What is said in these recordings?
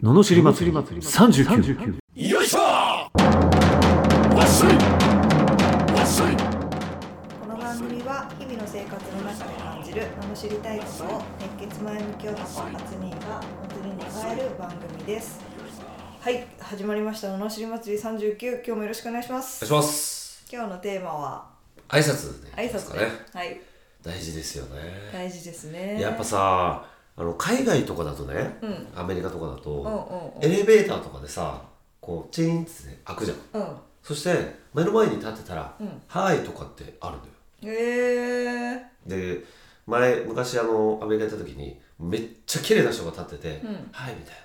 ののしり祭り39。 よいしょわっしょいわっしょい。 この番組は日々の生活の中で感じる罵りたいことを熱血前向き男8人が祭りに変える番組です。はい、始まりました罵り祭り39。今日もよろしくお願いします。 お願いします。 今日のテーマは挨拶で挨拶で、はい、 大事ですよね。 大事ですね。 やっぱさ、海外とかだとね、アメリカとかだと、エレベーターとかでさ、こうチーンって、ね、開くじゃん、そして目の前に立ってたら、はいとかってあるんだよ。で、昔アメリカ行った時にめっちゃ綺麗な人が立ってて、はいみた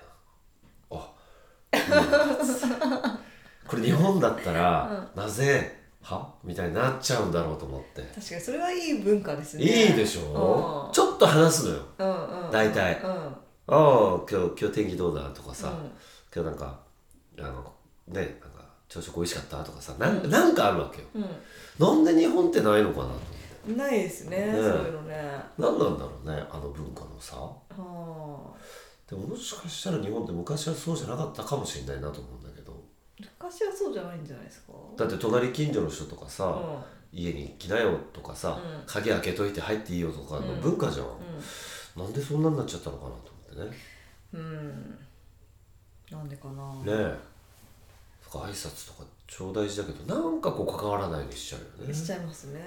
いな、これ日本だったら、なぜはみたいになっちゃうんだろうと思って。 確かにそれはいい文化ですね。 いいでしょ、ちょっと話すのよ、大体、ああ今日天気どうだとかさ、今日なんかなんか朝食美味しかったとかさ、なんかあるわけよ、なんで日本ってないのかなと思って。 ないですね、そういうのね。 何なんだろうね、あの文化のさ。でももしかしたら日本って昔はそうじゃなかったかもしれないなと思うんだけど。 昔はそうじゃないんじゃないですか。 だって隣近所の人とかさ、家に来なよとかさ、鍵開けといて入っていいよとかの文化じゃん、なんでそんなになっちゃったのかなと思ってね。 なんでかなねえ。そっか、挨拶とか超大事だけど、なんかこう関わらないようにしちゃうよね。 しちゃいますね。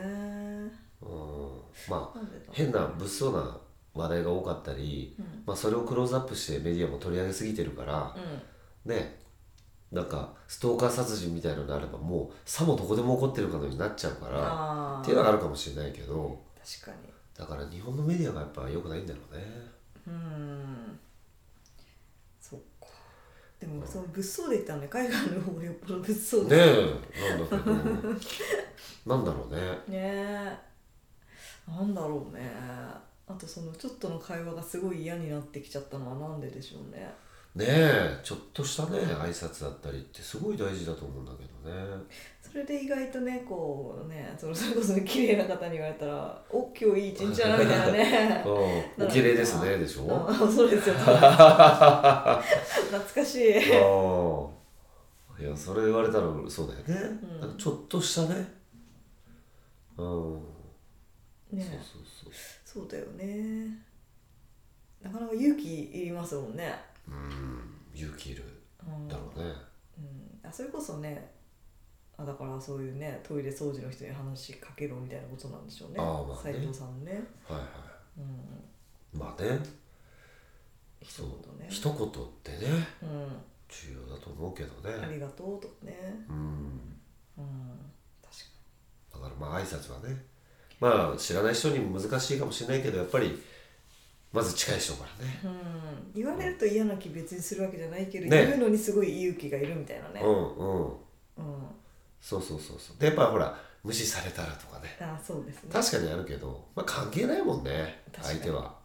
まあ変な物騒な話題が多かったり、それをクローズアップしてメディアも取り上げすぎてるから、ね、なんかストーカー殺人みたいなのがあればもうさもどこでも起こってるかのようになっちゃうからっていうのがあるかもしれないけど、 確かに。 だから日本のメディアがやっぱ良くないんだろうね。 そっか。でもその物騒で言ったらね、海外の方がよっぽど物騒ですねえ、なんだけどなんだろうね。 ねえ、なんだろうね。あとそのちょっとの会話がすごい嫌になってきちゃったのはなんででしょうね。 ねえ、ちょっとしたね挨拶だったりってすごい大事だと思うんだけどね。 それで意外とね、こうね、それこそね、綺麗な方に言われたら「お、今日いい一日だな」みたいなねお綺麗ですねでしょ。 そうですよ懐かしい。 いや、それ言われたらそうだよね、ちょっとしたね。 ね、そうだよね。なかなか勇気いりますもんね。 勇気いるだろうね。 それこそね、だからそういうね、トイレ掃除の人に話しかけろみたいなことなんでしょうね。斉藤さんね。 まあね、 一言ね、 一言ってね、重要だと思うけどね。 ありがとうとかね。確かに。だからまあ挨拶はね、まあ知らない人にも難しいかもしれないけど、やっぱりまず近い人からね。 言われると嫌な気別にするわけじゃないけど、言うのにすごい勇気がいるみたいなね。 そうで、やっぱほら無視されたらとかね。 そうですね。 確かにあるけど、まあ関係ないもんね、相手は。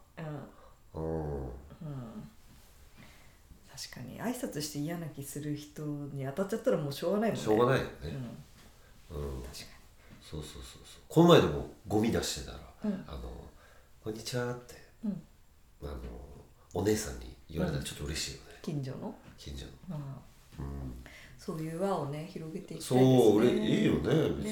確かに挨拶して嫌な気する人に当たっちゃったらもうしょうがないもんね。 しょうがないよね。確かに。そうこの前でもゴミ出してたらこんにちはってお姉さんに言われたらちょっと嬉しいよね。近所のそういう輪をね、広げていきたいですね。 そういいよね、別に。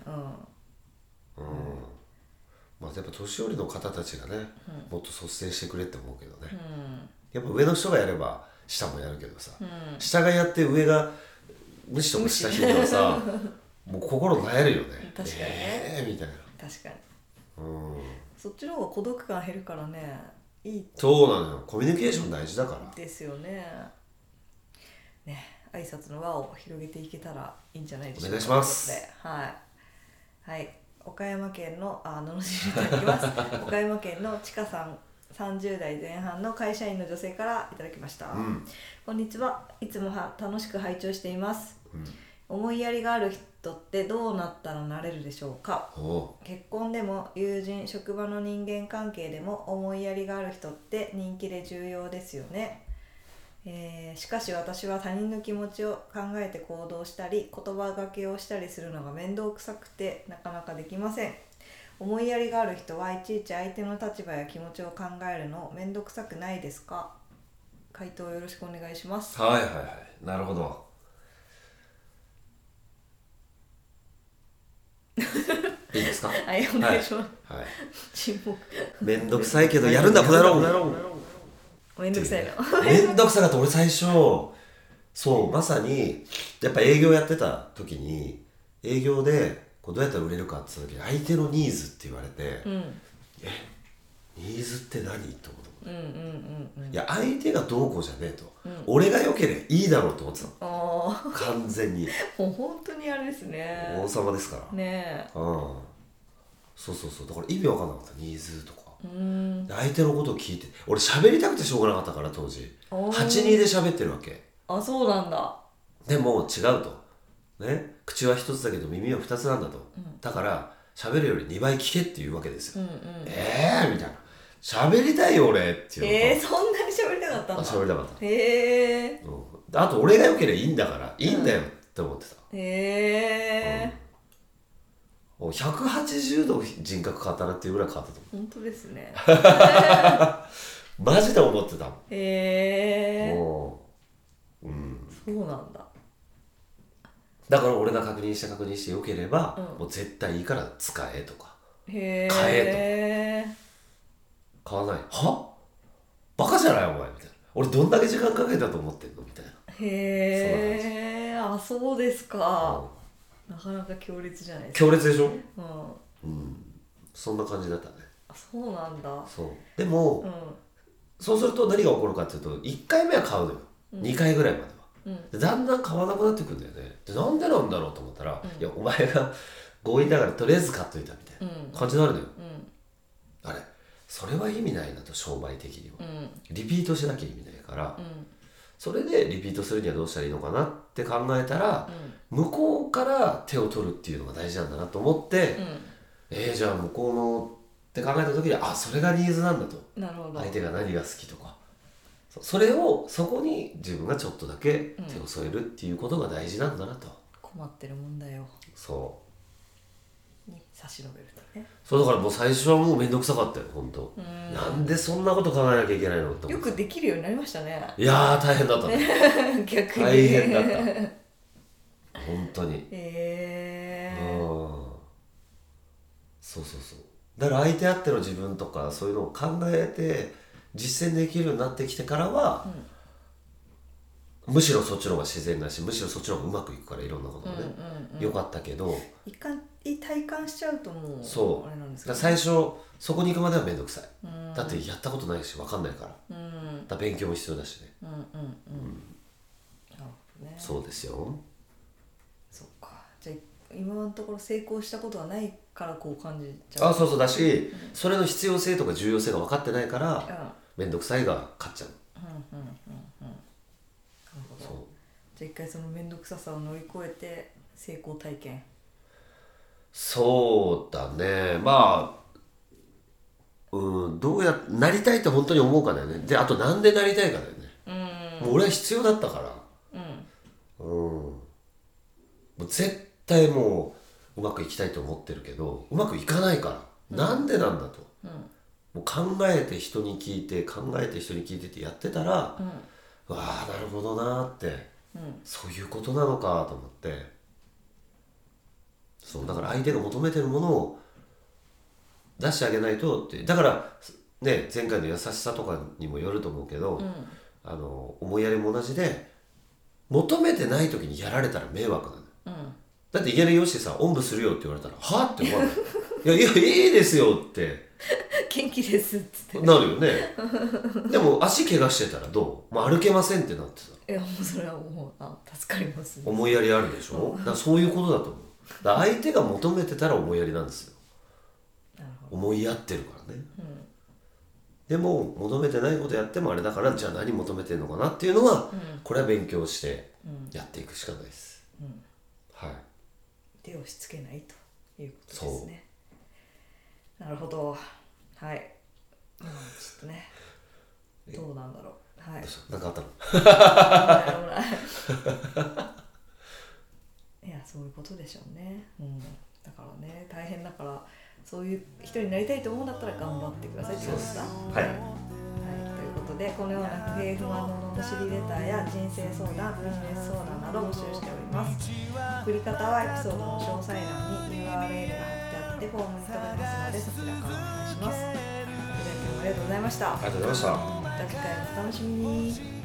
まあやっぱ年寄りの方たちがね、もっと率先してくれって思うけどね。やっぱ上の人がやれば下もやるけどさ、下がやって上が無視とかした日にはさもう心なえるよね。 確かにね、 みたいな。 確かに。そっちの方が孤独感減るからね、いい。 そうなのよ、コミュニケーション大事だから。 ですよね。挨拶の輪を広げていけたらいいんじゃないでしょうか。 お願いします。 はい、岡山県の罵りいただきます岡山県のちかさん、30代前半の会社員の女性からいただきました。こんにちは。いつも楽しく拝聴しています。思いやりがある人ってどうなったらなれるでしょうか。結婚でも友人、職場の人間関係でも思いやりがある人って人気で重要ですよね。しかし私は他人の気持ちを考えて行動したり言葉がけをしたりするのが面倒くさくてなかなかできません。思いやりがある人はいちいち相手の立場や気持ちを考えるの面倒くさくないですか？ 回答よろしくお願いします。 はいはいはい、なるほど。いいですか？ はい、お願いします。 はい。 沈黙。 めんどくさいけどやるんだこの野郎。 めんどくさいの。 めんどくさかった。俺最初そうまさにやっぱ営業やってた時に営業でこうどうやったら売れるかって言った時に相手のニーズって言われて、ニーズって何と思う。いや相手がどうこうじゃねえと、俺が良ければいいだろうと思ってたの。完全にもう本当にあれですね。 王様ですからねえ。 そうそうそう、だから意味わかんなかった。ニーズとか相手のことを聞いて、俺喋りたくてしょうがなかったから当時8-2で喋ってるわけ。 あ、そうなんだ。 でも違うとね、口は一つだけど耳は二つなんだと、だから喋るより2倍聞けって言うわけですよ。みたいな、喋りたいよ俺っていうのと、 そんなに喋りたかったんだ。 喋りたかった。あと俺が良ければいいんだからいいんだよって思ってた。180度人格変わったなっていうぐらい変わったと思う。 本当ですね。 マジで思ってたもん。 そうなんだ。 だから俺が確認してよければ、もう絶対いいから使えとか買えと。買わない。は？バカじゃないお前みたいな。俺どんだけ時間かけたと思ってんのみたいな。 あ、そうですか。なかなか強烈じゃないですか。 強烈でしょ。そんな感じだったね。 そうなんだ。 そうでも、そうすると何が起こるかっていうと1回目は買うのよ、2回ぐらいまでは。だんだん買わなくなってくるんだよね。でなんでなんだろうと思ったら、いやお前が強引だからとりあえず買っといたみたいな感じになるのよ。あれそれは意味ないなと、商売的には、リピートしなきゃ意味ないから、それでリピートするにはどうしたらいいのかなって考えたら、向こうから手を取るっていうのが大事なんだなと思って、じゃあ向こうのって考えた時に、あ、それがニーズなんだと。 なるほど。 相手が何が好きとか、それをそこに自分がちょっとだけ手を添えるっていうことが大事なんだなと。 困ってるもんだよ。 そうに差し伸べるとね。 そうだからもう最初はもうめんどくさかったよ本当。なんでそんなこと考えなきゃいけないのって思って。 よくできるようになりましたね。 いやー大変だったね。 逆に大変だった本当に。そうそうそう。だから相手あっての自分とかそういうのを考えて実践できるようになってきてからは、むしろそっちの方が自然だし、むしろそっちの方がうまくいくから、いろんなことがね、よかったけど、 体感しちゃうともうそうあれなんですか、 ね、だから最初そこに行くまではめんどくさい、だってやったことないし分かんないから、だから勉強も必要だしね。 なるほどね。 そうですよ。 そっか。じゃあ今のところ成功したことがないからこう感じちゃう。 そうそうだし、それの必要性とか重要性が分かってないから、めんどくさいが勝っちゃう。 そう。じゃあ一回そのめんどくささを乗り越えて成功体験。もそうだね。まあどうなりたいって本当に思うかだよね。であとなんでなりたいかだよね。もう俺は必要だったから、もう絶対もううまくいきたいと思ってるけどうまくいかないから、なんでなんだと、もう考えて人に聞いてってやってたら、わあなるほどなって、そういうことなのかと思って、そうだから相手が求めてるものを出してあげないとって。だからね、前回の優しさとかにもよると思うけど、思いやりも同じで、求めてない時にやられたら迷惑なの、だっていきなりよしさおんぶするよって言われたらはって思わないいやいいですよって元気ですっつってなるよねでも足怪我してたらどう、歩けませんってなってた。 いやもうそれはもう助かります、ね、 思いやりあるでしょ、だからそういうことだと思う。だから相手が求めてたら思いやりなんですよ。 なるほど。 思いやってるからね、でも求めてないことやってもあれだから、じゃあ何求めてるのかなっていうのは、これは勉強してやっていくしかないです、はい。 手を押し付けないということですね。なるほど。はい。ちょっとね、どうなんだろう。はい。 なんかあったの？ いや、そういうことでしょうね。だからね、大変だから、そういう人になりたいと思うんだったら頑張ってくださいってことですか。 はい。 ということことで、このような不平不満の罵りレターや人生相談、ビジネス相談など募集しております。送り方はエピソードの詳細欄に URL が貼ってあってフォームに飛べますので、そちらからお願いします。それでは今日もありがとうございました。 ありがとうございました。 また次回もお楽しみに。